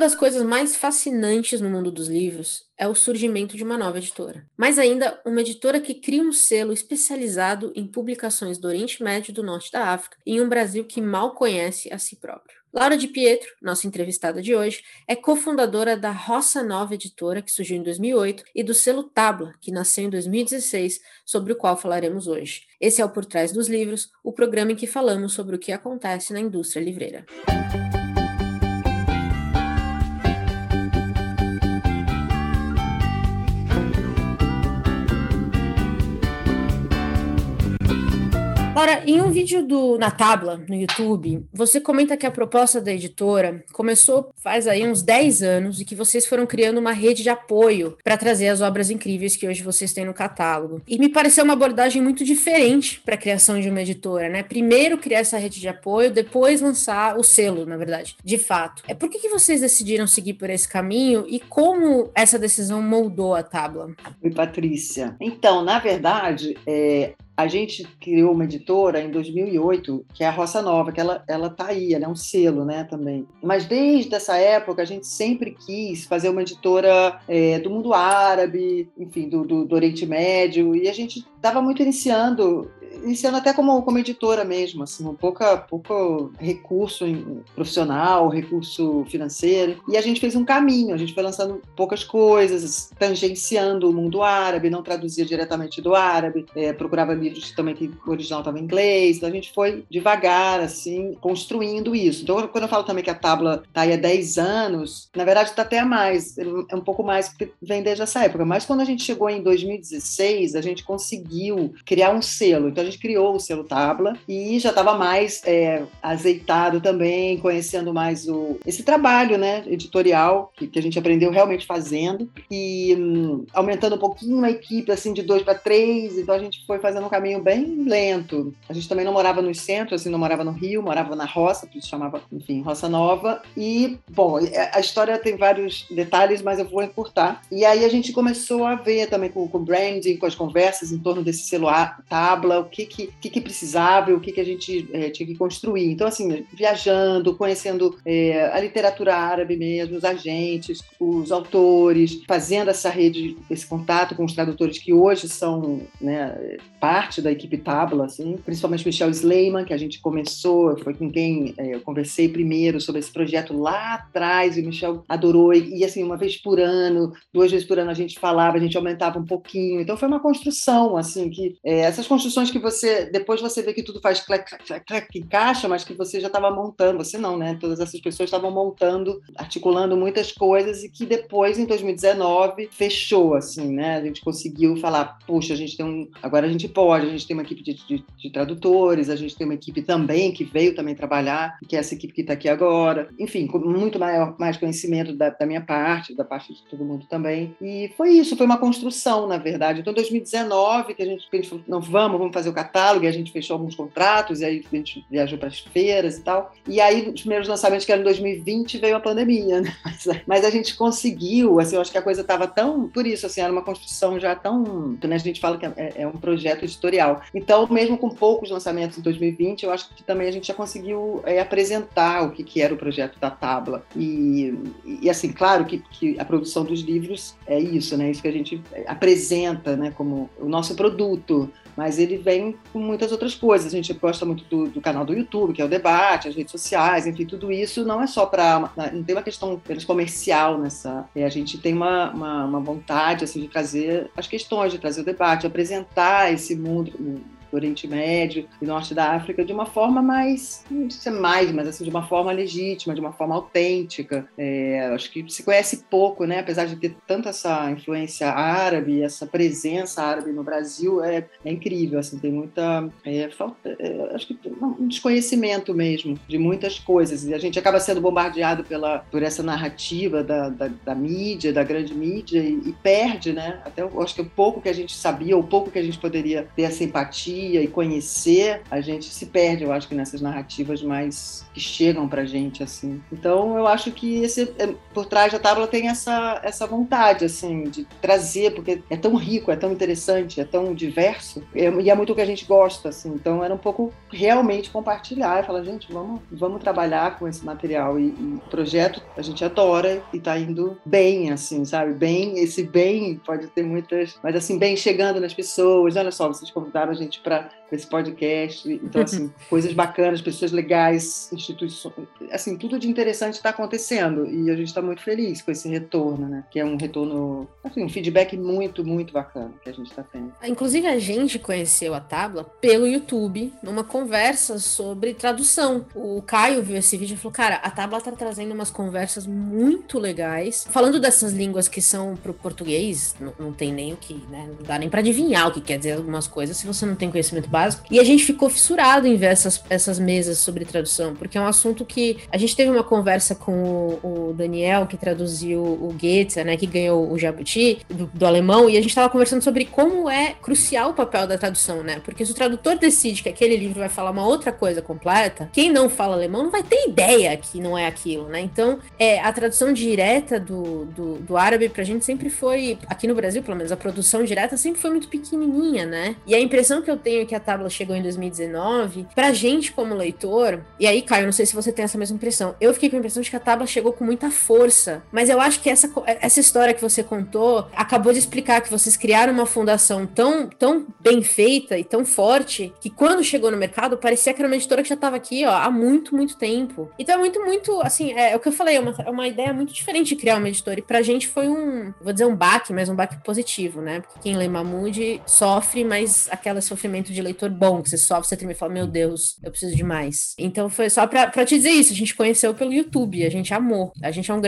das coisas mais fascinantes no mundo dos livros é o surgimento de uma nova editora. Mais ainda, uma editora que cria um selo especializado em publicações do Oriente Médio e do Norte da África, em um Brasil que mal conhece a si próprio. Laura Di Pietro, nossa entrevistada de hoje, é cofundadora da Roça Nova Editora, que surgiu em 2008, e do selo Tabla, que nasceu em 2016, sobre o qual falaremos hoje. Esse é o Por Trás dos Livros, o programa em que falamos sobre o que acontece na indústria livreira. Laura, em um vídeo na Tabla, no YouTube, você comenta que a proposta da editora começou faz aí uns 10 anos e que vocês foram criando uma rede de apoio para trazer as obras incríveis que hoje vocês têm no catálogo. E me pareceu uma abordagem muito diferente para a criação de uma editora, né? Primeiro criar essa rede de apoio, depois lançar o selo, na verdade, de fato. Por que vocês decidiram seguir por esse caminho e como essa decisão moldou a Tabla? Oi, Patrícia. Então, na verdade, a gente criou uma editora em 2008, que é a Roça Nova, que ela tá aí, ela é um selo, né, também. Mas desde essa época, a gente sempre quis fazer uma editora do mundo árabe, enfim, do Oriente Médio, e a gente estava muito iniciando até como editora mesmo, assim, pouco recurso profissional, recurso financeiro, e a gente fez um caminho, a gente foi lançando poucas coisas, tangenciando o mundo árabe, não traduzia diretamente do árabe, procurava livros também que o original estava em inglês, então a gente foi devagar, assim, construindo isso. Então, quando eu falo também que a Tabla está aí há 10 anos, na verdade está até mais, é um pouco mais, porque vem desde essa época, mas quando a gente chegou em 2016, a gente conseguiu criar um selo, então a gente criou o selo Tabla e já estava mais azeitado também, conhecendo mais esse trabalho, né, editorial que a gente aprendeu realmente fazendo e aumentando um pouquinho a equipe, assim, de 2 para 3, então a gente foi fazendo um caminho bem lento. A gente também não morava nos centros, assim, não morava no Rio, morava na roça, por isso chamava, enfim, Roça Nova. E, bom, a história tem vários detalhes, mas eu vou encurtar. E aí a gente começou a ver também com o branding, com as conversas em torno desse celular Tabla, o que precisava, o que a gente tinha que construir. Então, assim, viajando, conhecendo a literatura árabe mesmo, os agentes, os autores, fazendo essa rede, esse contato com os tradutores que hoje são, né, parte da equipe Tabla, assim, principalmente Michel Sleiman, que a gente começou, foi com quem eu conversei primeiro sobre esse projeto lá atrás, e o Michel adorou, e assim, uma vez por ano, 2 vezes por ano a gente falava, a gente aumentava um pouquinho, então foi uma construção, assim, que essas construções que depois você vê que tudo faz clac, clac, clac, encaixa, mas que você já estava montando, você não, né, todas essas pessoas estavam montando, articulando muitas coisas, e que depois, em 2019, fechou, assim, né, a gente conseguiu falar, puxa, agora a gente tem uma equipe de tradutores, a gente tem uma equipe também que veio também trabalhar, que é essa equipe que está aqui agora, enfim, com muito mais conhecimento da minha parte, da parte de todo mundo também, e foi isso, foi uma construção, na verdade. Então, em 2019, que a gente falou, não, vamos fazer o catálogo, e a gente fechou alguns contratos, e aí a gente viajou para as feiras e tal, e aí os primeiros lançamentos, que eram em 2020, veio a pandemia, né? Mas a gente conseguiu, assim, eu acho que a coisa estava tão, por isso, assim, era uma construção já tão, né, a gente fala que é um projeto editorial. Então, mesmo com poucos lançamentos em 2020, eu acho que também a gente já conseguiu apresentar o que era o projeto da Tabla. E assim, claro que a produção dos livros é isso, né? Isso que a gente apresenta, né, como o nosso produto, mas ele vem com muitas outras coisas. A gente gosta muito do canal do YouTube, que é o debate, as redes sociais, enfim, tudo isso não é só não tem uma questão apenas comercial nessa. A gente tem uma vontade, assim, de trazer as questões, de trazer o debate, de apresentar esse mundo do Oriente Médio e Norte da África de uma forma mais, não sei se é mas assim, de uma forma legítima, de uma forma autêntica. Acho que se conhece pouco, né? Apesar de ter tanta essa influência árabe, essa presença árabe no Brasil, é incrível, assim, tem muita falta, acho que um desconhecimento mesmo de muitas coisas, e a gente acaba sendo bombardeado por essa narrativa da mídia, da grande mídia, e perde, né? Até eu acho que o pouco que a gente sabia, o pouco que a gente poderia ter essa empatia, dia e conhecer, a gente se perde, eu acho que nessas narrativas mais que chegam pra gente, assim. Então, eu acho que por trás da Tábua tem essa vontade, assim, de trazer, porque é tão rico, é tão interessante, é tão diverso, e é muito o que a gente gosta, assim. Então, era um pouco realmente compartilhar e falar, gente, vamos trabalhar com esse material. E o projeto a gente adora e tá indo bem, assim, sabe? Bem, esse bem pode ter muitas, mas assim, bem chegando nas pessoas. Olha só, vocês convidaram a gente para esse podcast, então assim, coisas bacanas, pessoas legais, instituições, assim, tudo de interessante está acontecendo e a gente está muito feliz com esse retorno, né? Que é um retorno, assim, um feedback muito, muito bacana que a gente está tendo. Inclusive, a gente conheceu a Tábua pelo YouTube, numa conversa sobre tradução. O Caio viu esse vídeo e falou, cara, a Tábua tá trazendo umas conversas muito legais, falando dessas línguas que são pro português, não tem nem o que, né? Não dá nem pra adivinhar o que quer dizer algumas coisas se você não tem conhecimento básico. E a gente ficou fissurado em ver essas mesas sobre tradução, porque é um assunto que a gente teve uma conversa com o Daniel, que traduziu o Goethe, né, que ganhou o Jabuti, do alemão, e a gente tava conversando sobre como é crucial o papel da tradução, né, porque se o tradutor decide que aquele livro vai falar uma outra coisa completa, quem não fala alemão não vai ter ideia que não é aquilo, né, então a tradução direta do árabe pra gente sempre foi, aqui no Brasil pelo menos, a produção direta sempre foi muito pequenininha, né, e a impressão que eu tenho é que a Tábua chegou em 2019, pra gente como leitor, e aí, Caio, não sei se você tem essa mesma impressão, eu fiquei com a impressão de que a Tábua chegou com muita força, mas eu acho que essa história que você contou acabou de explicar que vocês criaram uma fundação tão bem feita e tão forte, que quando chegou no mercado, parecia que era uma editora que já estava aqui, ó, há muito, muito tempo. Então é muito, assim, é o que eu falei, é uma ideia muito diferente de criar uma editora, e pra gente foi vou dizer um baque, mas um baque positivo, né, porque quem lê Mahmoud sofre, mas aquele sofrimento de leitor bom, que você sofre, você termina e fala, meu Deus, eu preciso de mais. Então foi só pra te dizer isso, a gente conheceu pelo YouTube, a gente amou, a gente é um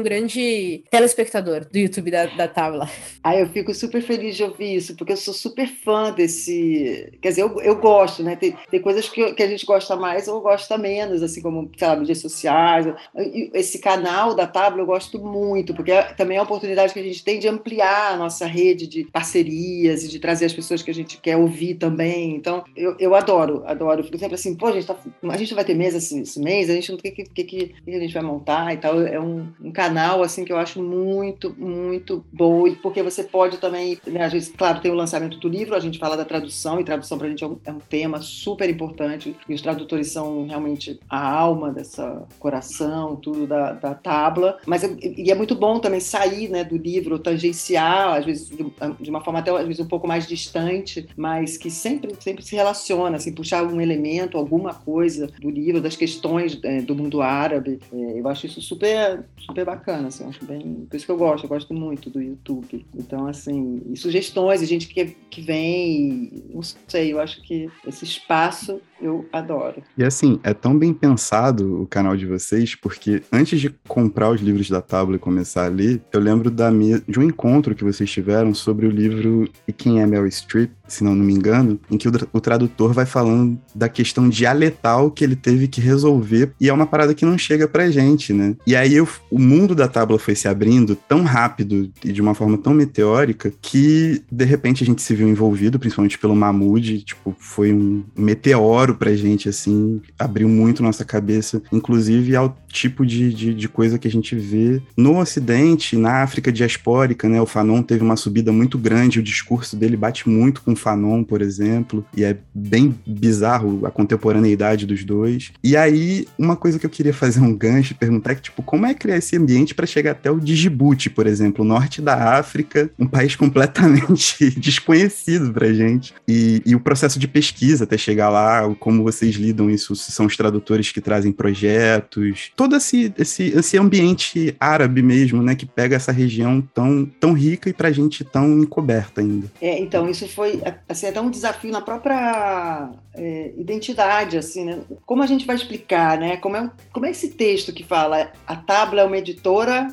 grande telespectador do YouTube da Tábua. Eu fico super feliz de ouvir isso, porque eu sou super fã desse, quer dizer, eu gosto, né, tem coisas que a gente gosta mais ou gosta menos, assim como, sei lá, mídias sociais, esse canal da Tábua eu gosto muito, porque também é a oportunidade que a gente tem de ampliar a nossa rede de parcerias e de trazer as pessoas que a gente quer ouvir também. Então, eu adoro. Fico sempre assim, pô, a gente vai ter mesa esse mês, a gente não tem que a gente vai montar e tal. É um canal, assim, que eu acho muito, muito bom, e porque você pode também, né, às vezes, claro, tem o lançamento do livro, a gente fala da tradução, e tradução pra gente é um tema super importante, e os tradutores são realmente a alma dessa coração, tudo da Tábua, mas e é muito bom também sair, né, do livro, tangenciar, às vezes, de uma forma até, às vezes, um pouco mais distante, mas que sempre se relaciona, assim, puxar um elemento, alguma coisa do livro, das questões do mundo árabe. Eu acho isso super, super bacana, assim, acho bem, por isso que eu gosto muito do YouTube. Então, assim, e sugestões, e gente que vem, não sei, eu acho que esse espaço eu adoro. E assim, é tão bem pensado o canal de vocês, porque antes de comprar os livros da Tábua e começar a ler, eu lembro de um encontro que vocês tiveram sobre o livro E Quem é Meryl Streep, se não me engano, em que o tradutor vai falando da questão dialetal que ele teve que resolver, e é uma parada que não chega pra gente, né? E aí o mundo da Tábua foi se abrindo tão rápido e de uma forma tão meteórica que, de repente, a gente se viu envolvido, principalmente pelo Mahmoud, tipo, foi um meteoro pra gente, assim, abriu muito nossa cabeça, inclusive ao tipo de coisa que a gente vê no Ocidente, na África diaspórica, né? O Fanon teve uma subida muito grande, o discurso dele bate muito com o Fanon, por exemplo, e é bem bizarro a contemporaneidade dos dois. E aí, uma coisa que eu queria fazer um gancho e perguntar é que, tipo, como é criar esse ambiente para chegar até o Djibouti, por exemplo, o norte da África, um país completamente desconhecido pra gente, e o processo de pesquisa até chegar lá, como vocês lidam isso, se são os tradutores que trazem projetos, todo esse ambiente árabe mesmo, né, que pega essa região tão rica e pra gente tão encoberta ainda. Então, isso foi, assim, até um desafio na própria identidade, assim, né? Como a gente vai explicar, né? Como é esse texto que fala a Tábua é uma editora,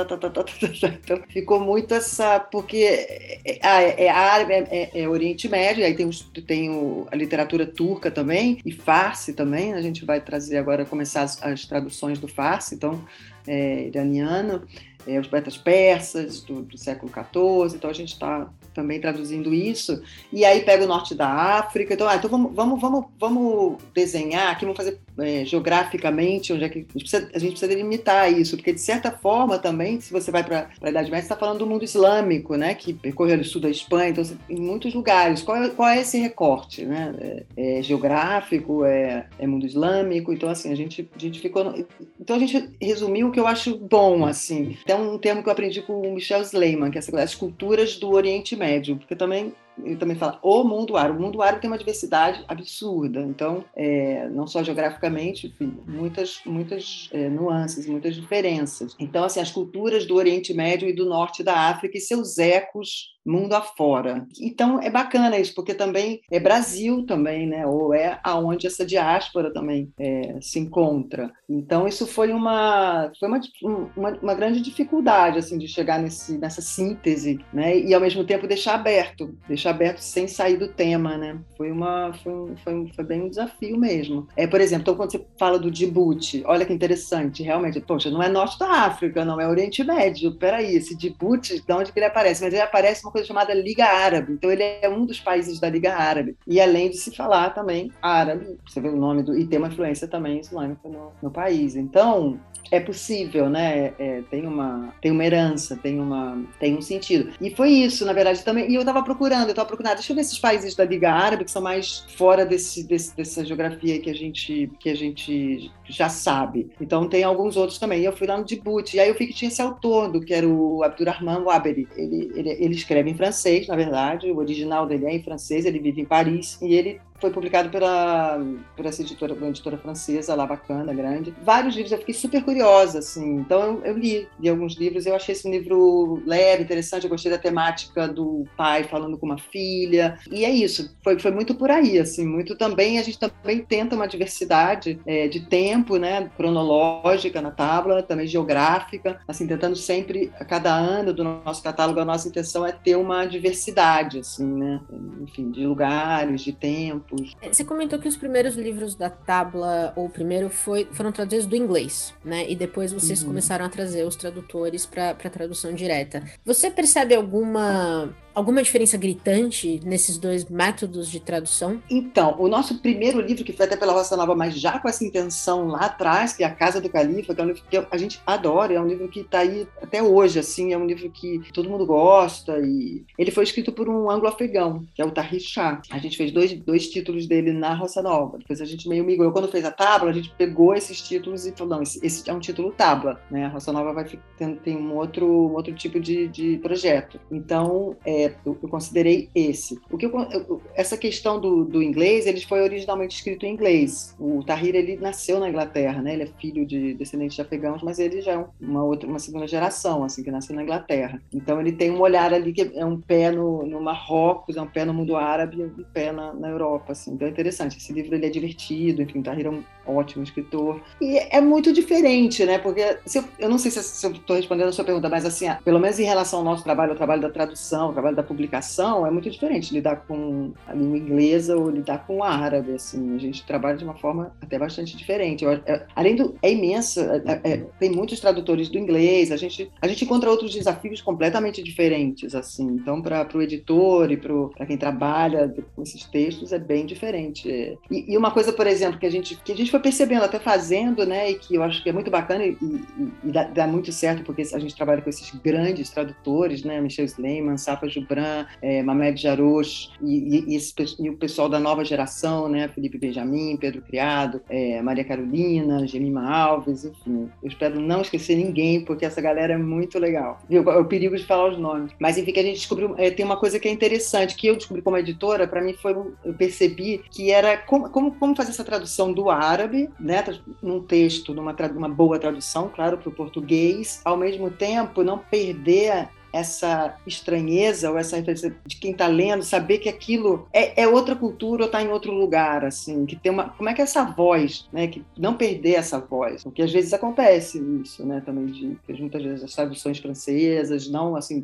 então ficou muito essa, porque árabe, é Oriente Médio, aí tem a literatura turca também, e Farsi também, a gente vai trazer agora, começar as traduções do Farsi, então, iraniano, os poetas persas do século XIV, então a gente está também traduzindo isso, e aí pega o norte da África, então vamos desenhar aqui, vamos fazer geograficamente onde é que a gente precisa delimitar isso, porque de certa forma também, se você vai para a Idade Média, você está falando do mundo islâmico, né, que percorreu o sul da Espanha, então em muitos lugares, qual é esse recorte, né? É geográfico, é mundo islâmico, então assim, a gente ficou, então a gente resumiu o que eu acho bom, assim, tem um termo que eu aprendi com o Michel Sleiman, que é as culturas do Oriente Médio, porque ele também fala o mundo árabe tem uma diversidade absurda, então não só geograficamente, enfim, muitas nuances, muitas diferenças. Então, assim, as culturas do Oriente Médio e do Norte da África e seus ecos mundo afora. Então, é bacana isso, porque também é Brasil também, né? Ou é aonde essa diáspora também se encontra. Então, isso foi uma grande dificuldade, assim, de chegar nessa síntese, né? E, ao mesmo tempo, deixar aberto sem sair do tema, né? Foi bem um desafio mesmo. Por exemplo, então, quando você fala do Djibouti, olha que interessante, realmente, poxa, não é Norte da África, não é Oriente Médio, peraí, esse Djibouti, de onde que ele aparece? Mas ele aparece uma coisa chamada Liga Árabe, então ele é um dos países da Liga Árabe, e além de se falar também árabe, você vê o nome e tem uma influência também islâmica no país, então é possível, né? Tem uma herança, tem um sentido. E foi isso, na verdade, também. E eu estava procurando, deixa eu ver esses países da Liga Árabe que são mais fora dessa geografia que a gente já sabe. Então tem alguns outros também. E eu fui lá no Djibouti, e aí eu vi que tinha esse autor, que era o Abdurrahman Waberi. Ele escreve em francês, na verdade, o original dele é em francês, ele vive em Paris, e ele foi publicado por essa editora, uma editora francesa lá, bacana, grande. Vários livros, eu fiquei super curiosa, assim. Então eu li alguns livros, eu achei esse livro leve, interessante, eu gostei da temática do pai falando com uma filha. E é isso, foi muito por aí, assim, muito também, a gente também tenta uma diversidade de tempo, né, cronológica na tábua, também geográfica, assim, tentando sempre, a cada ano do nosso catálogo, a nossa intenção é ter uma diversidade, assim, né, enfim, de lugares, de tempo. Você comentou que os primeiros livros da Tábua, ou o primeiro, foram traduzidos do inglês, né? E depois vocês começaram a trazer os tradutores para tradução direta. Você percebe alguma diferença gritante nesses dois métodos de tradução? Então, o nosso primeiro livro, que foi até pela Roça Nova, mas já com essa intenção lá atrás, que é A Casa do Califa, que é um livro que a gente adora, é um livro que está aí até hoje, assim, é um livro que todo mundo gosta, e ele foi escrito por um anglo-afegão, que é o Tahir Shah. A gente fez dois títulos dele na Roça Nova, depois a gente meio migrou. Quando fez a Tábua, a gente pegou esses títulos e falou, não, esse é um título Tábua, né? A Roça Nova tem um outro tipo de projeto. Então, eu considerei esse. Essa questão do inglês, ele foi originalmente escrito em inglês. O Tahir, ele nasceu na Inglaterra, né? Ele é filho de descendentes de afegãos, mas ele já é uma segunda geração, assim, que nasceu na Inglaterra. Então, ele tem um olhar ali que é um pé no Marrocos, é um pé no mundo árabe e um pé na Europa, assim. Então, é interessante. Esse livro, ele é divertido, enfim, o Tahir é um ótimo escritor. E é muito diferente, né? Porque, eu não sei se eu estou respondendo a sua pergunta, mas, assim, pelo menos em relação ao nosso trabalho, ao trabalho da tradução, ao trabalho da publicação, é muito diferente lidar com a língua inglesa ou lidar com o árabe, assim, a gente trabalha de uma forma até bastante diferente. Além é imenso, tem muitos tradutores do inglês, a gente encontra outros desafios completamente diferentes, assim, então para o editor e para quem trabalha com esses textos é bem diferente. E uma coisa, por exemplo, que a gente foi percebendo, até fazendo, né, e que eu acho que é muito bacana e dá muito certo, porque a gente trabalha com esses grandes tradutores, né, Michel Sleiman, Safa Jubran, Mamed Jarosh e o pessoal da nova geração, né, Felipe Benjamin, Pedro Criado, Maria Carolina, Gemima Alves, enfim. Eu espero não esquecer ninguém, porque essa galera é muito legal. É o perigo de falar os nomes. Mas, enfim, que a gente descobriu, tem uma coisa que é interessante, que eu descobri como editora, para mim eu percebi que era como fazer essa tradução do árabe, né, num texto, numa boa tradução, claro, para o português, ao mesmo tempo não perder essa estranheza ou essa referência de quem está lendo, saber que aquilo é outra cultura ou está em outro lugar, assim, que tem como é que é essa voz, né, que não perder essa voz, porque às vezes acontece isso, né, também muitas vezes as traduções francesas, não assim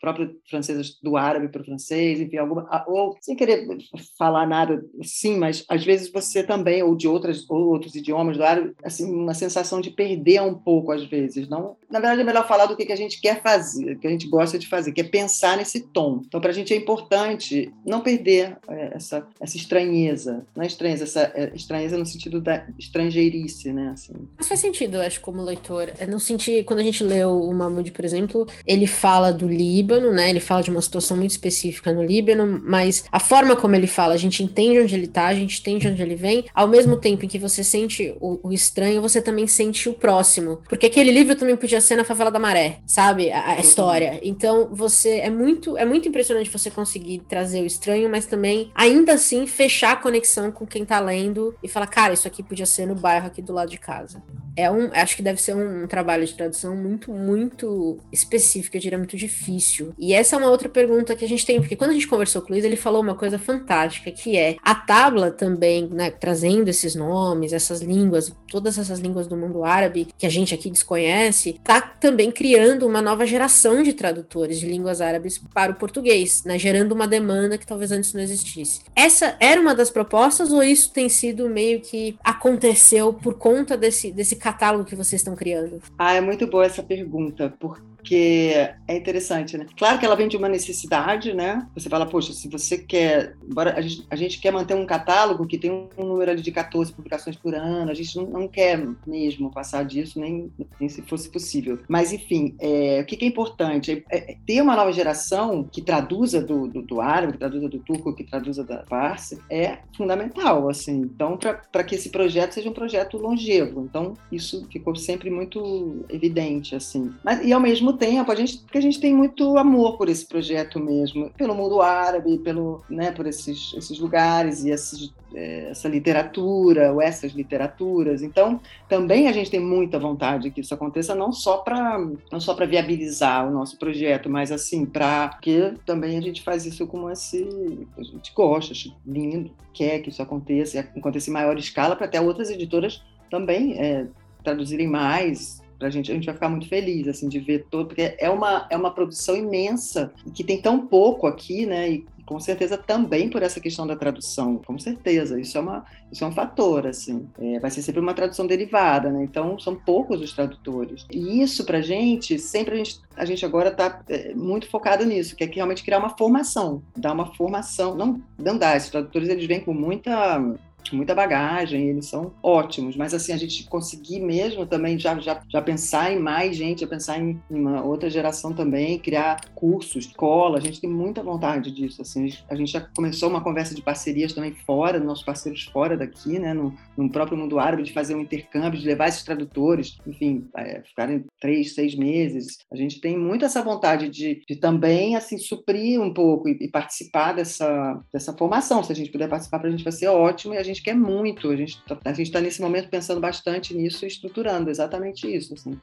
próprias francesas do árabe para o francês, enfim, ou sem querer falar nada, sim, mas às vezes você também, ou de outros idiomas do árabe, assim, uma sensação de perder um pouco às vezes. Não, na verdade, é melhor falar do que a gente quer fazer, que a gente gosta de fazer, que é pensar nesse tom. Então, para a gente é importante não perder essa estranheza, não é estranheza, essa estranheza no sentido da estrangeirice, né? Assim. Mas faz sentido, eu acho, como leitor. Eu não senti, quando a gente leu o Mahmoud, por exemplo, ele fala do Líbano, né? Ele fala de uma situação muito específica no Líbano, mas a forma como ele fala, a gente entende onde ele tá, a gente entende onde ele vem, ao mesmo tempo em que você sente o estranho, você também sente o próximo. Porque aquele livro também podia ser na Favela da Maré, sabe? A história. Então, é muito impressionante você conseguir trazer o estranho, mas também, ainda assim, fechar a conexão com quem tá lendo e falar, cara, isso aqui podia ser no bairro aqui do lado de casa. Acho que deve ser um trabalho de tradução muito, muito específico, eu diria muito difícil. E essa é uma outra pergunta que a gente tem, porque quando a gente conversou com o Luiz, ele falou uma coisa fantástica, que é a Tabla também, né, trazendo esses nomes, essas línguas, todas essas línguas do mundo árabe que a gente aqui desconhece, tá também criando uma nova geração de tradutores de línguas árabes para o português, né, gerando uma demanda que talvez antes não existisse. Essa era uma das propostas ou isso tem sido meio que aconteceu por conta desse catálogo que vocês estão criando? É muito boa essa pergunta, porque é interessante, né? Claro que ela vem de uma necessidade, né? Você fala, poxa, se você quer... Embora a gente quer manter um catálogo que tem um número ali de 14 publicações por ano, a gente não quer mesmo passar disso, nem se fosse possível. Mas, enfim, o que é importante? Ter uma nova geração que traduza do árabe, que traduza do turco, que traduza da farsi, é fundamental, assim. Então, para que esse projeto seja um projeto longevo. Então, isso ficou sempre muito evidente, assim. E, ao mesmo tempo, porque a gente tem muito amor por esse projeto mesmo, pelo mundo árabe, por esses lugares e essa literatura, ou essas literaturas. Então, também a gente tem muita vontade que isso aconteça, não só para viabilizar o nosso projeto, mas assim, porque também a gente faz isso como a gente gosta, acho lindo, quer que isso aconteça em maior escala, para até outras editoras também traduzirem mais. A gente vai ficar muito feliz assim, de ver todo, porque é uma produção imensa que tem tão pouco aqui, né? E com certeza também por essa questão da tradução, com certeza, isso é um fator, assim, vai ser sempre uma tradução derivada, né? Então são poucos os tradutores, e isso pra gente, sempre a gente agora está muito focado nisso, que é realmente criar uma formação, dar uma formação, não dá, esses tradutores eles vêm com muita bagagem, eles são ótimos, mas assim, a gente conseguir mesmo também já pensar em mais gente, já pensar em uma outra geração também, criar cursos, escola, a gente tem muita vontade disso, assim, a gente já começou uma conversa de parcerias também fora, nossos parceiros fora daqui, né, no próprio mundo árabe, de fazer um intercâmbio, de levar esses tradutores, enfim, ficarem 3, 6 meses, a gente tem muito essa vontade de também, assim, suprir um pouco e participar dessa formação, se a gente puder participar, pra gente vai ser ótimo, e a gente quer muito, a gente está nesse momento pensando bastante nisso e estruturando exatamente isso, assim,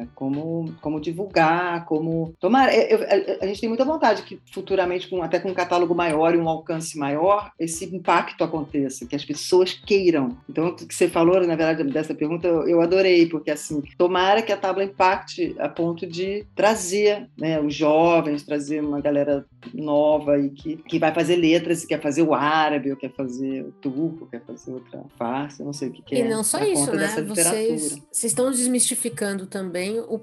como divulgar, como tomar. A gente tem muita vontade que futuramente, até com um catálogo maior e um alcance maior, esse impacto aconteça, que as pessoas queiram. Então, o que você falou, na verdade, dessa pergunta, eu adorei, porque assim, tomara que a Tabla impacte a ponto de trazer, né, os jovens, trazer uma galera nova e que vai fazer letras, quer fazer o árabe, ou quer fazer o turco, quer fazer outra farsa, não sei o que é. E não só isso, né? Vocês estão desmistificando também os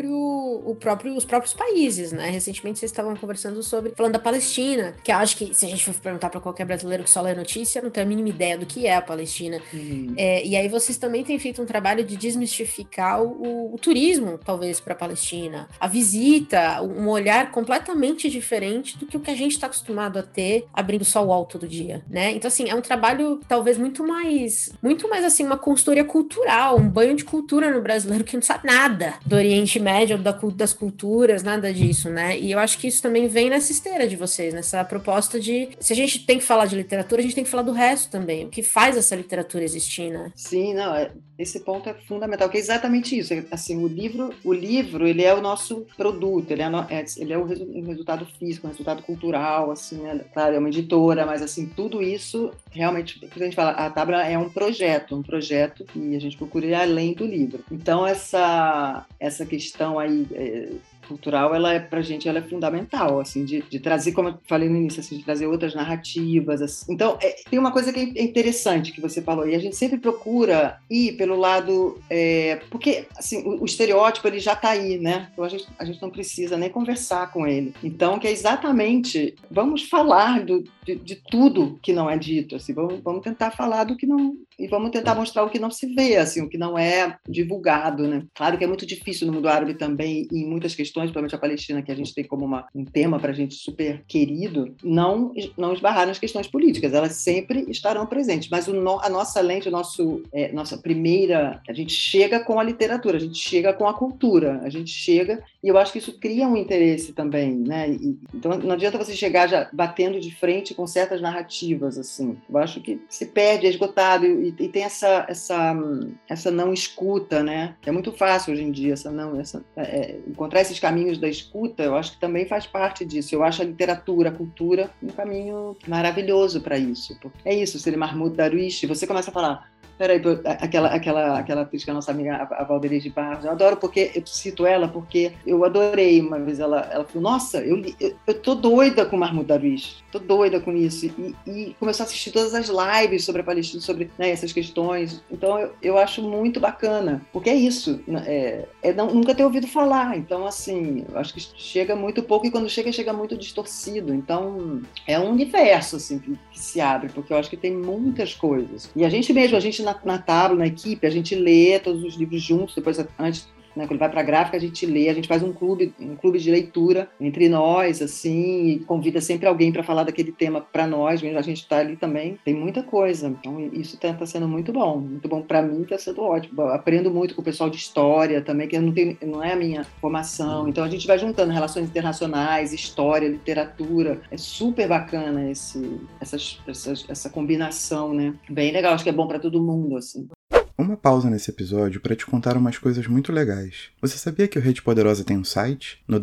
próprios países, né? Recentemente vocês estavam falando da Palestina, que eu acho que se a gente for perguntar para qualquer brasileiro que só lê notícia, não tem a mínima ideia do que é a Palestina. E aí vocês também têm feito um trabalho de desmistificar o turismo, talvez, para a Palestina. A visita, um olhar completamente diferente do que o que a gente está acostumado a ter abrindo só o UOL todo dia, né? Então, assim, é um trabalho talvez muito mais assim, uma consultoria cultural, um banho de cultura no brasileiro que não sabe nada do Oriente Médio, das culturas, nada disso, né? E eu acho que isso também vem nessa esteira de vocês, nessa proposta de, se a gente tem que falar de literatura, a gente tem que falar do resto também, o que faz essa literatura existir, né? Sim, não, esse ponto é fundamental, que é exatamente isso, assim, o livro, ele é o nosso produto, ele é o resultado físico, o resultado cultural, assim, claro, é uma editora, mas assim, tudo isso, realmente, a gente fala, a Tabla é um projeto e a gente procura ir além do livro. Então, essa questão aí cultural, pra gente, ela é fundamental, assim, de trazer, como eu falei no início, assim, de trazer outras narrativas, assim. Então, tem uma coisa que é interessante que você falou, e a gente sempre procura ir pelo lado, porque, assim, o estereótipo, ele já está aí, né? Então, a gente não precisa nem conversar com ele. Então, que é exatamente, vamos falar de tudo que não é dito, assim, vamos tentar falar do que não, e vamos tentar mostrar o que não se vê, assim, o que não é divulgado, né? Claro que é muito difícil no mundo árabe também, em muitas questões, principalmente a Palestina, que a gente tem como um tema para a gente super querido, não esbarrar nas questões políticas, elas sempre estarão presentes, mas a nossa lente, nossa primeira, a gente chega com a literatura, a gente chega com a cultura, a gente chega, e eu acho que isso cria um interesse também, né? Então não adianta você chegar já batendo de frente com certas narrativas, assim. Eu acho que se perde, é esgotado, e tem essa não escuta, né? É muito fácil hoje em dia encontrar esses caminhos da escuta. Eu acho que também faz parte disso. Eu acho a literatura, a cultura, um caminho maravilhoso para isso. É isso, Selim Mahmoud Darwish, você começa a falar, peraí, aquela atriz que é a nossa amiga, a Valderiz de Barros, eu adoro porque, eu cito ela porque eu adorei uma vez, ela falou, nossa, eu tô doida com Mahmoud Darwish, tô doida com isso, e começou a assistir todas as lives sobre a Palestina, sobre, né, essas questões. Então eu acho muito bacana, porque é isso, nunca ter ouvido falar. Então, assim, eu acho que chega muito pouco, e quando chega muito distorcido. Então é um universo, assim, que se abre, porque eu acho que tem muitas coisas, e a gente na Tablo, na equipe, a gente lê todos os livros juntos, depois, antes, né, quando vai para a gráfica, a gente lê, a gente faz um clube de leitura entre nós, assim, e convida sempre alguém para falar daquele tema para nós, mesmo a gente está ali também, tem muita coisa. Então, isso está sendo muito bom para mim, está sendo ótimo. Eu aprendo muito com o pessoal de história também, que não é a minha formação, então a gente vai juntando relações internacionais, história, literatura, é super bacana essa combinação, né? Bem legal, acho que é bom para todo mundo, assim. Uma pausa nesse episódio para te contar umas coisas muito legais. Você sabia que o Rede Poderosa tem um site? No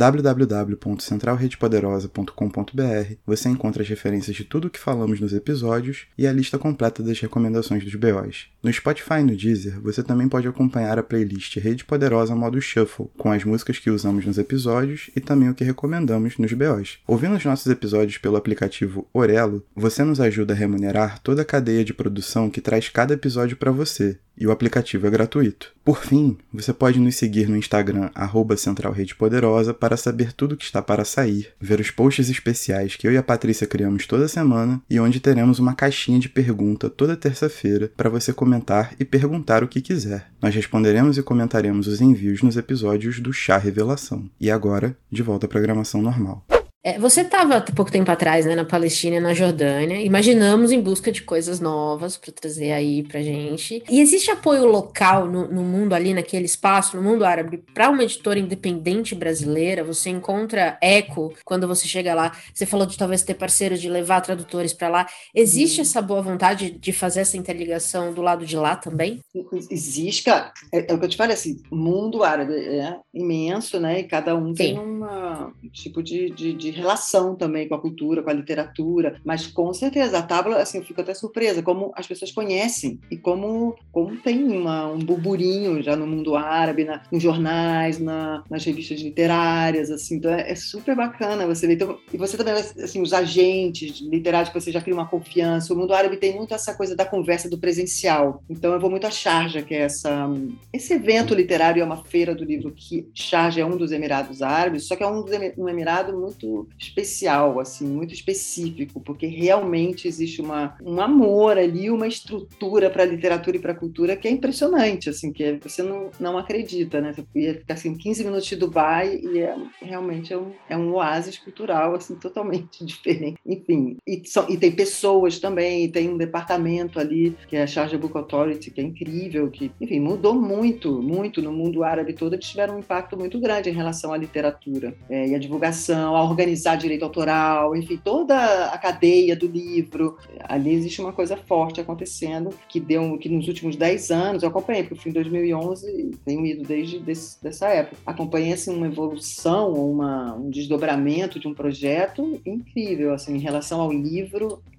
www.centralredepoderosa.com.br você encontra as referências de tudo o que falamos nos episódios e a lista completa das recomendações dos BOs. No Spotify e no Deezer, você também pode acompanhar a playlist Rede Poderosa modo Shuffle, com as músicas que usamos nos episódios e também o que recomendamos nos BOs. Ouvindo os nossos episódios pelo aplicativo Orelo, você nos ajuda a remunerar toda a cadeia de produção que traz cada episódio para você, e o aplicativo é gratuito. Por fim, você pode nos seguir no Instagram @CentralRedePoderosa para saber tudo que está para sair, ver os posts especiais que eu e a Patrícia criamos toda semana e onde teremos uma caixinha de pergunta toda terça-feira para você comentar e perguntar o que quiser. Nós responderemos e comentaremos os envios nos episódios do Chá Revelação. E agora, de volta à programação normal. Você estava há pouco tempo atrás, né, na Palestina e na Jordânia. Imaginamos em busca de coisas novas para trazer aí pra gente. E existe apoio local no mundo ali, naquele espaço, no mundo árabe, para uma editora independente brasileira? Você encontra eco quando você chega lá? Você falou de talvez ter parceiros, de levar tradutores para lá. Existe essa boa vontade de fazer essa interligação do lado de lá também? Existe, cara. É o que eu te falei, assim, o mundo árabe é imenso, né? E cada um tem um tipo de relação também com a cultura, com a literatura, mas com certeza a Tabla, assim, eu fico até surpresa como as pessoas conhecem e como tem um burburinho já no mundo árabe, nos jornais, nas revistas literárias, assim, então é super bacana você ver. Então, e você também, assim, os agentes literários que você já cria uma confiança. O mundo árabe tem muito essa coisa da conversa, do presencial, então eu vou muito a Sharjah, que é esse evento literário, é uma feira do livro, que Sharjah é um dos Emirados Árabes, só que é um emirado muito especial, assim, muito específico, porque realmente existe um amor ali, uma estrutura para a literatura e para a cultura que é impressionante, assim, que você não acredita, né? Você ia ficar assim 15 minutos de Dubai e realmente é um oásis cultural, assim, totalmente diferente. Enfim, e tem pessoas também, tem um departamento ali que é a Sharjah Book Authority, que é incrível, que, enfim, mudou muito, muito no mundo árabe todo. Eles tiveram um impacto muito grande em relação à literatura e à divulgação, a organizar direito autoral, enfim, toda a cadeia do livro. Ali existe uma coisa forte acontecendo que nos últimos 10 anos, eu acompanhei, porque eu fui em 2011, tenho ido desde essa época, acompanhei assim, uma evolução, um desdobramento de um projeto incrível, assim, em relação ao livro.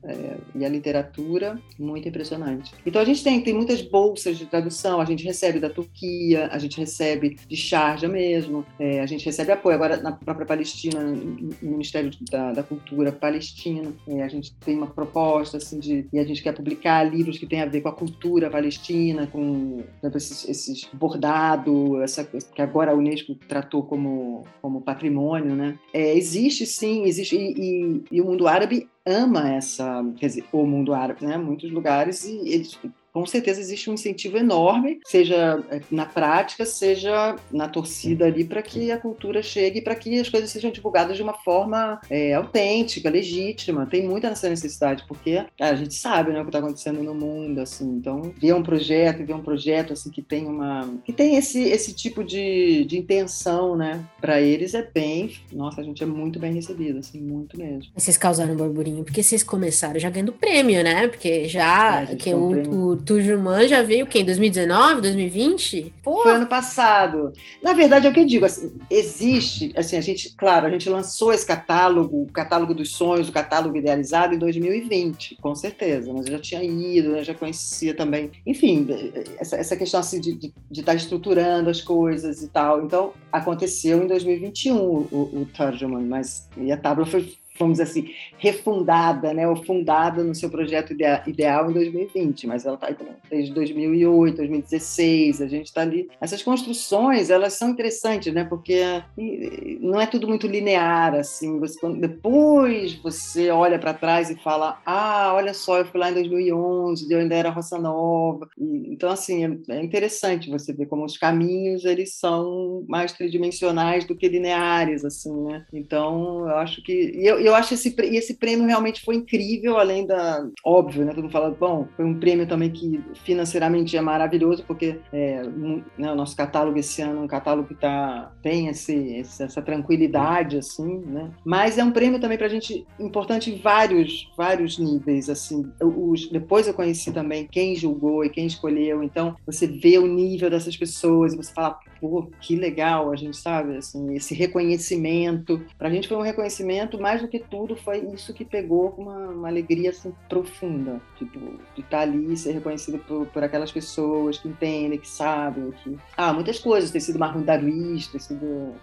e a literatura, muito impressionante. Então a gente tem muitas bolsas de tradução, a gente recebe da Turquia, a gente recebe de Sharjah mesmo, a gente recebe apoio agora na própria Palestina, no Ministério da Cultura palestino, a gente tem uma proposta assim, e a gente quer publicar livros que têm a ver com a cultura palestina, com esses bordado, que agora a Unesco tratou como patrimônio, né? Existe sim, existe, e o mundo árabe ama quer dizer, o mundo árabe, né? Muitos lugares, e eles, com certeza existe um incentivo enorme, seja na prática, seja na torcida ali, para que a cultura chegue, para que as coisas sejam divulgadas de uma forma autêntica, legítima. Tem muita essa necessidade, porque a gente sabe, né, o que está acontecendo no mundo, assim. Então, ver um projeto assim, que tem esse tipo de intenção, né, para eles nossa, a gente é muito bem recebido, assim, muito mesmo. Vocês causaram um burburinho, porque vocês começaram já ganhando prêmio, né? Porque já que o Turjuman já veio o quê? Em 2019, 2020? Pô. Foi ano passado. Na verdade, é o que eu digo, assim, existe, assim, a gente lançou esse catálogo, o catálogo dos sonhos, o catálogo idealizado em 2020, com certeza, mas eu já tinha ido, eu já conhecia também, enfim, essa questão assim, de estar estruturando as coisas e tal. Então, aconteceu em 2021 o Turjuman, e a Tábua foi, vamos dizer assim, refundada, né, ou fundada no seu projeto ideal em 2020, mas ela está aí desde 2008, 2016, a gente está ali. Essas construções, elas são interessantes, né, porque não é tudo muito linear, assim, depois você olha para trás e fala, olha só, eu fui lá em 2011, eu ainda era Roça Nova, então, assim, é interessante você ver como os caminhos, eles são mais tridimensionais do que lineares, assim, né, então, eu acho que, eu acho esse prêmio realmente foi incrível, além óbvio, né? Todo mundo fala, bom, foi um prêmio também que financeiramente é maravilhoso, porque né, o nosso catálogo esse ano é um catálogo que tem essa tranquilidade, assim, né? Mas é um prêmio também para a gente importante em vários níveis, assim. Depois eu conheci também quem julgou e quem escolheu, então você vê o nível dessas pessoas e você fala, pô, que legal, a gente sabe, assim, esse reconhecimento. Para a gente foi um reconhecimento, mais do que tudo, foi isso que pegou com uma alegria assim, profunda, tipo, de estar ali e ser reconhecido por aquelas pessoas que entendem, que sabem, muitas coisas, ter sido Mahmoud Darwish, ter sido...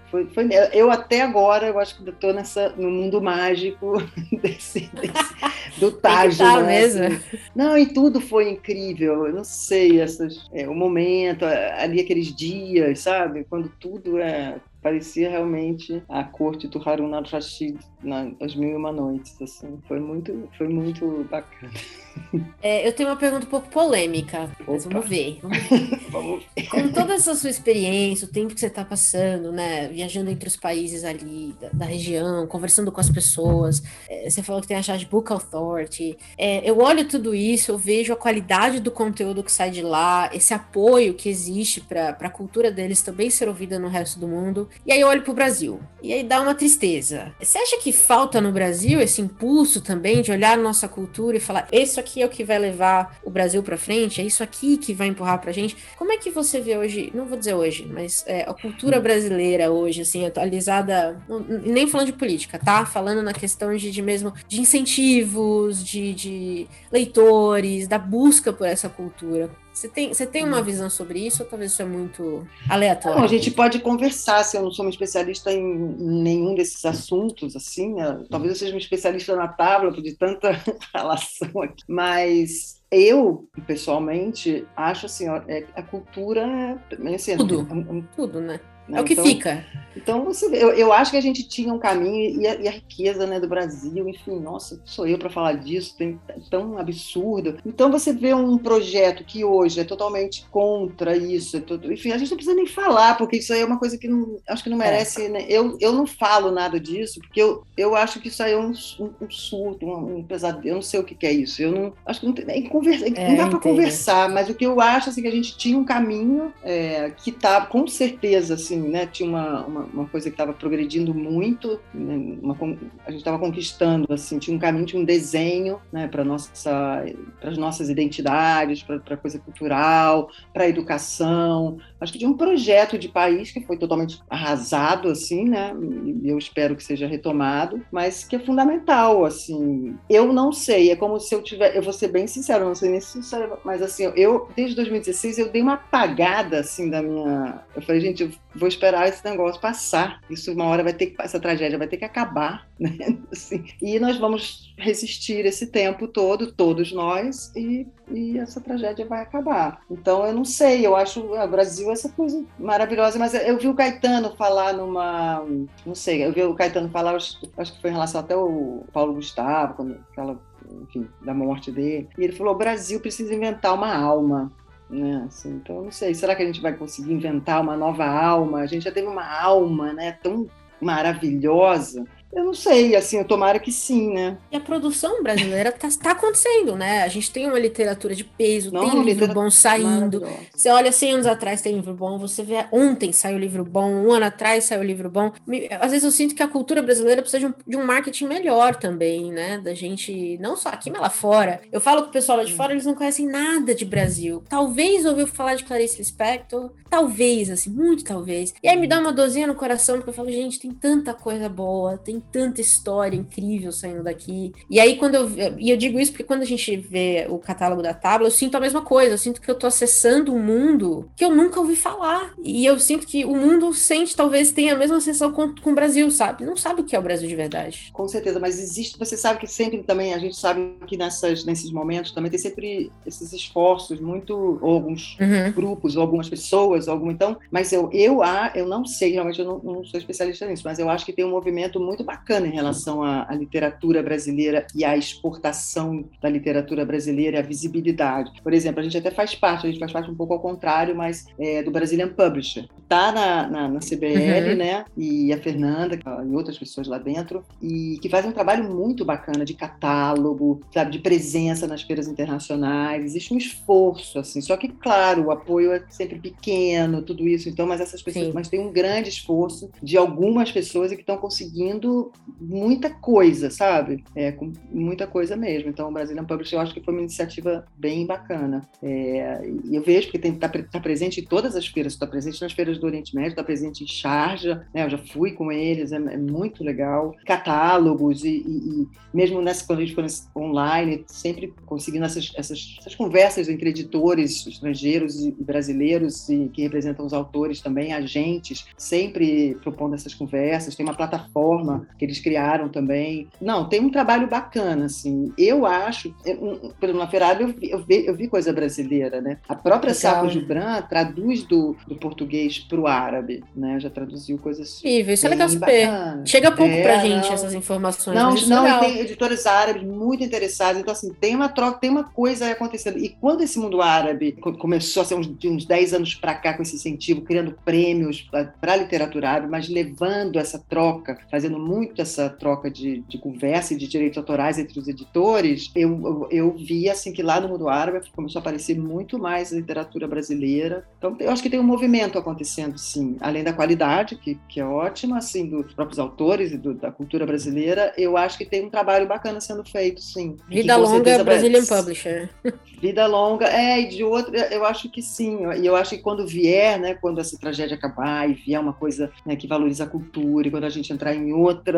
Eu até agora, eu acho que estou no mundo mágico do Taj, né? Mesmo. Assim. Não, e tudo foi incrível, eu não sei, o momento, ali aqueles dias, sabe? Quando tudo parecia realmente a corte do Harun al-Rashid nas Mil e Uma Noites, assim, foi muito bacana. Eu tenho uma pergunta um pouco polêmica, mas vamos ver. Vamos ver. Com toda essa sua experiência, o tempo que você está passando, né, viajando entre os países ali da região, conversando com as pessoas, você falou que tem a Charge Book Authority, eu olho tudo isso, eu vejo a qualidade do conteúdo que sai de lá, esse apoio que existe para a cultura deles também ser ouvida no resto do mundo, e aí eu olho para o Brasil, e aí dá uma tristeza. Você acha que falta no Brasil esse impulso também de olhar a nossa cultura e falar, isso aqui é o que vai levar o Brasil para frente, é isso aqui que vai empurrar pra gente? Como é que você vê hoje, não vou dizer hoje, mas a cultura brasileira hoje, assim, atualizada, nem falando de política, tá? Falando na questão de incentivos, de leitores, da busca por essa cultura. Você tem uma visão sobre isso ou talvez isso é muito aleatório? Não, a gente pode conversar, se eu não sou uma especialista em nenhum desses assuntos, assim, né? Talvez eu seja uma especialista na tábua, de tanta relação aqui, mas eu, pessoalmente, acho assim, a cultura assim, tudo, né? É o que fica. Então, você vê, eu acho que a gente tinha um caminho e a riqueza, né, do Brasil, enfim, nossa, sou eu para falar disso, tão absurdo. Então, você vê um projeto que hoje é totalmente contra isso, enfim, a gente não precisa nem falar, porque isso aí é uma coisa que acho que não merece, né? Eu não falo nada disso, porque eu acho que isso aí é um surto, um pesadelo, eu não sei o que é isso, eu não, acho que não dá para conversar, mas o que eu acho, assim, que a gente tinha um caminho que tá, com certeza, assim, assim, né, tinha uma coisa que estava progredindo muito, né, a gente estava conquistando, assim, tinha um caminho, tinha um desenho, né, para as nossas identidades, para a coisa cultural, para a educação. Acho que tinha um projeto de país que foi totalmente arrasado, assim, né, e eu espero que seja retomado, mas que é fundamental, assim. Eu não sei, é como se eu vou ser bem sincero, não sei nem se isso é, mas assim, eu desde 2016 eu dei uma apagada, assim, eu falei, gente, eu vou esperar esse negócio passar, isso uma hora essa tragédia vai ter que acabar, né, assim, e nós vamos resistir esse tempo todo, todos nós, e essa tragédia vai acabar. Então, eu não sei, eu acho o Brasil essa coisa maravilhosa, mas eu vi o Caetano falar não sei, eu vi o Caetano falar, acho que foi em relação até ao Paulo Gustavo, quando enfim, da morte dele, e ele falou, o Brasil precisa inventar uma alma, né? Assim, então, eu não sei, será que a gente vai conseguir inventar uma nova alma? A gente já teve uma alma, né, tão maravilhosa. Eu não sei, assim, tomara que sim, né? E a produção brasileira tá acontecendo, né? A gente tem uma literatura de peso, Não, tem livro bom saindo. Você olha, 100 anos atrás tem livro bom, você vê ontem saiu livro bom, um ano atrás saiu livro bom. Às vezes eu sinto que a cultura brasileira precisa de um marketing melhor também, né? Da gente, não só aqui, mas lá fora. Eu falo com o pessoal lá de fora, eles não conhecem nada de Brasil. Talvez ouviu falar de Clarice Lispector, talvez, assim, muito talvez. E aí me dá uma dorzinha no coração, porque eu falo, gente, tem tanta coisa boa, tem tanta história incrível saindo daqui. E aí, eu digo isso porque quando a gente vê o catálogo da Tábua, eu sinto a mesma coisa. Eu sinto que eu tô acessando um mundo que eu nunca ouvi falar. E eu sinto que o mundo talvez tenha a mesma sensação com o Brasil, sabe? Não sabe o que é o Brasil de verdade. Com certeza, mas você sabe que sempre também, a gente sabe que nesses momentos também tem sempre esses esforços muito, ou alguns grupos, ou algumas pessoas, então, mas eu não sei, realmente eu não sou especialista nisso, mas eu acho que tem um movimento muito bacana em relação à literatura brasileira e à exportação da literatura brasileira e à visibilidade. Por exemplo, a gente faz parte um pouco ao contrário, mas do Brazilian Publisher. Está na CBL, né? E a Fernanda e outras pessoas lá dentro, e que fazem um trabalho muito bacana de catálogo, sabe, de presença nas feiras internacionais. Existe um esforço, assim, só que, claro, o apoio é sempre pequeno, tudo isso, então, mas essas pessoas, mas tem um grande esforço de algumas pessoas que estão conseguindo muita coisa, sabe? Com muita coisa mesmo. Então, o Brazilian Publishing, eu acho que foi uma iniciativa bem bacana. E eu vejo que está presente em todas as feiras, está presente nas feiras do Oriente Médio, está presente em Sharjah, né? Eu já fui com eles, é muito legal. Catálogos e mesmo quando a gente foi online, sempre conseguindo essas conversas entre editores estrangeiros e brasileiros que representam os autores também, agentes, sempre propondo essas conversas. Tem uma plataforma que eles criaram também. Não, tem um trabalho bacana, assim. Eu acho, por exemplo, na Ferrari eu vi coisa brasileira, né? A própria Sapo Gibran traduz do português para o árabe, né? Já traduziu coisas isso é legal saber. Chega pouco pra gente essas informações, mas isso é legal. E tem editores árabes muito interessados, então assim, tem uma troca, tem uma coisa acontecendo. E quando esse mundo árabe começou a ser uns 10 anos para cá com esse incentivo, criando prêmios para a literatura árabe, mas levando essa troca, fazendo muito essa troca de conversa e de direitos autorais entre os editores, eu vi assim que lá no mundo árabe começou a aparecer muito mais literatura brasileira. Então eu acho que tem um movimento acontecendo, sim, além da qualidade, que é ótima, assim, dos próprios autores e da cultura brasileira, eu acho que tem um trabalho bacana sendo feito, sim. Vida longa, Brazilian Publisher. Vida longa, e de outra, eu acho que sim, e eu acho que quando vier, né, quando essa tragédia acabar e vier uma coisa, né, que valoriza a cultura, e quando a gente entrar em outra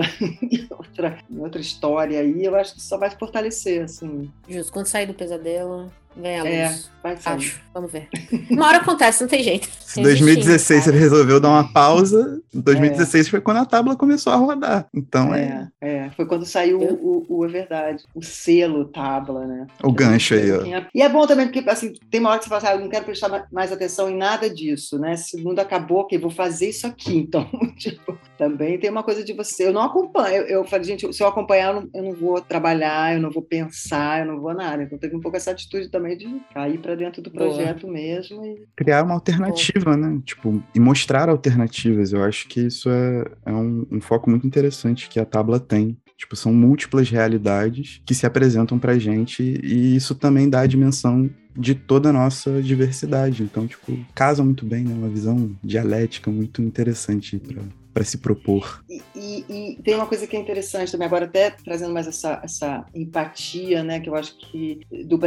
história aí, eu acho que só vai se fortalecer, assim. Justo, quando sair do pesadelo, vem a luz. Vai sair. Acho, vamos ver. Uma hora acontece, não tem jeito. Se 2016 ele resolveu dar uma pausa, 2016 foi quando a Tábua começou a rodar. Então foi quando saiu o É Verdade, o selo Tábua, né? O gancho aí, ó. E é bom também, porque assim, tem uma hora que você fala assim, eu não quero prestar mais atenção em nada disso, né? Se o mundo acabou, eu vou fazer isso aqui. Então, tipo, também tem uma coisa de você. Eu não acompanho. Eu falei, gente, se eu acompanhar, eu não vou trabalhar, eu não vou pensar, eu não vou nada. Então teve um pouco essa atitude também de cair para dentro do projeto mesmo. Criar uma alternativa, né? Tipo, e mostrar alternativas. Eu acho que isso é um foco muito interessante que a Tábua tem. Tipo, são múltiplas realidades que se apresentam pra gente e isso também dá a dimensão de toda a nossa diversidade. Então, tipo, casa muito bem, né? Uma visão dialética muito interessante para se propor. E tem uma coisa que é interessante também, agora até trazendo mais essa empatia, né, que eu acho que do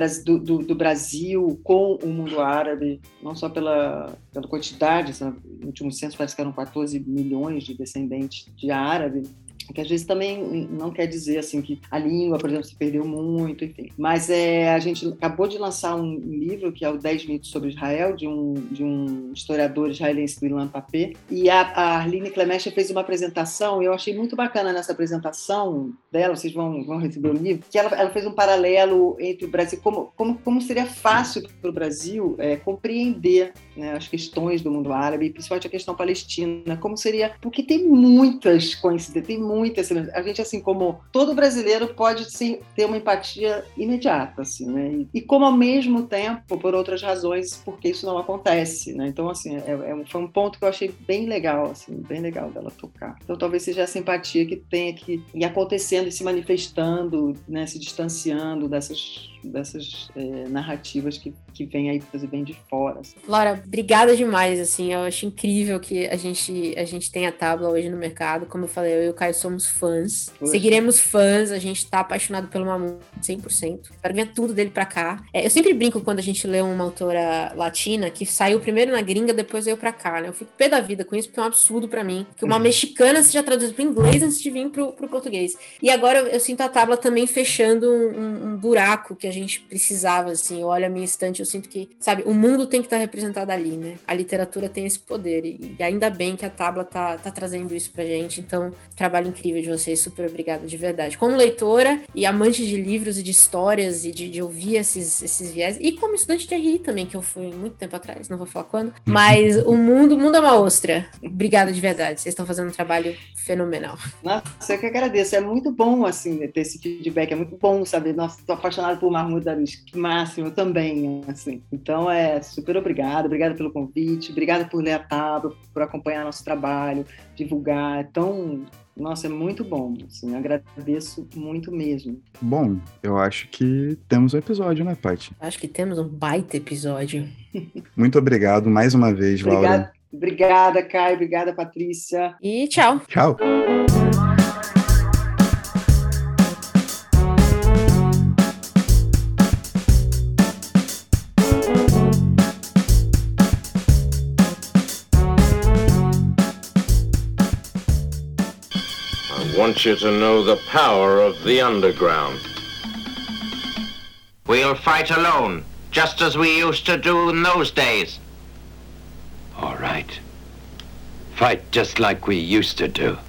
Brasil com o mundo árabe, não só pela quantidade, no último censo parece que eram 14 milhões de descendentes de árabe, que às vezes também não quer dizer assim que a língua, por exemplo, se perdeu muito, enfim. Mas a gente acabou de lançar um livro que é o 10 mitos sobre Israel, de um historiador israelense, do Ilan Pappé, e a Arline Clemente fez uma apresentação, e eu achei muito bacana nessa apresentação dela, vocês vão receber o livro, que ela fez um paralelo entre o Brasil, como seria fácil para o Brasil compreender, né, as questões do mundo árabe, principalmente a questão palestina, como seria, porque tem muitas coincidências, tem muitas, a gente, assim, como todo brasileiro pode sim, ter uma empatia imediata, assim, né, e como ao mesmo tempo, por outras razões, porque isso não acontece, né, então, assim, foi um ponto que eu achei bem legal, assim, bem legal dela tocar. Então, talvez seja essa empatia que tenha que ir acontecendo e se manifestando, né, se distanciando dessas narrativas que vêm aí, vêm de fora. Assim. Laura, obrigada demais, assim, eu acho incrível que a gente tenha a Tábua hoje no mercado, como eu falei, eu e o Caio somos fãs, seguiremos fãs, a gente tá apaixonado pelo Mahmoud 100%, espero ver tudo dele pra cá. Eu sempre brinco quando a gente lê uma autora latina, que saiu primeiro na gringa, depois veio pra cá, né, eu fico pé da vida com isso, porque é um absurdo pra mim, que uma mexicana seja traduzida pro inglês antes de vir pro português. E agora eu sinto a Tábua também fechando um buraco que a gente precisava, assim, eu olho a minha estante, eu sinto que, sabe, o mundo tem que estar representado ali, né, a literatura tem esse poder, e ainda bem que a Tábua tá trazendo isso pra gente, então, trabalho incrível de vocês, super obrigada, de verdade. Como leitora e amante de livros e de histórias e de ouvir esses viés, e como estudante de RI também, que eu fui muito tempo atrás, não vou falar quando, mas o mundo é uma ostra. Obrigada de verdade, vocês estão fazendo um trabalho fenomenal. Nossa, eu que agradeço, é muito bom, assim, ter esse feedback, é muito bom saber, nossa, tô apaixonado por Mahmoud Darwish, que máximo, eu também, assim. Então, super obrigada pelo convite, obrigada por ler a Tábua, por acompanhar nosso trabalho, divulgar, nossa, é muito bom, assim, agradeço muito mesmo. Bom, eu acho que temos um episódio, né, Paty? Acho que temos um baita episódio. Muito obrigado mais uma vez, Laura. Obrigada, Caio, obrigada, Patrícia. E tchau. Tchau. I want you to know the power of the underground. We'll fight alone, just as we used to do in those days. All right. Fight just like we used to do.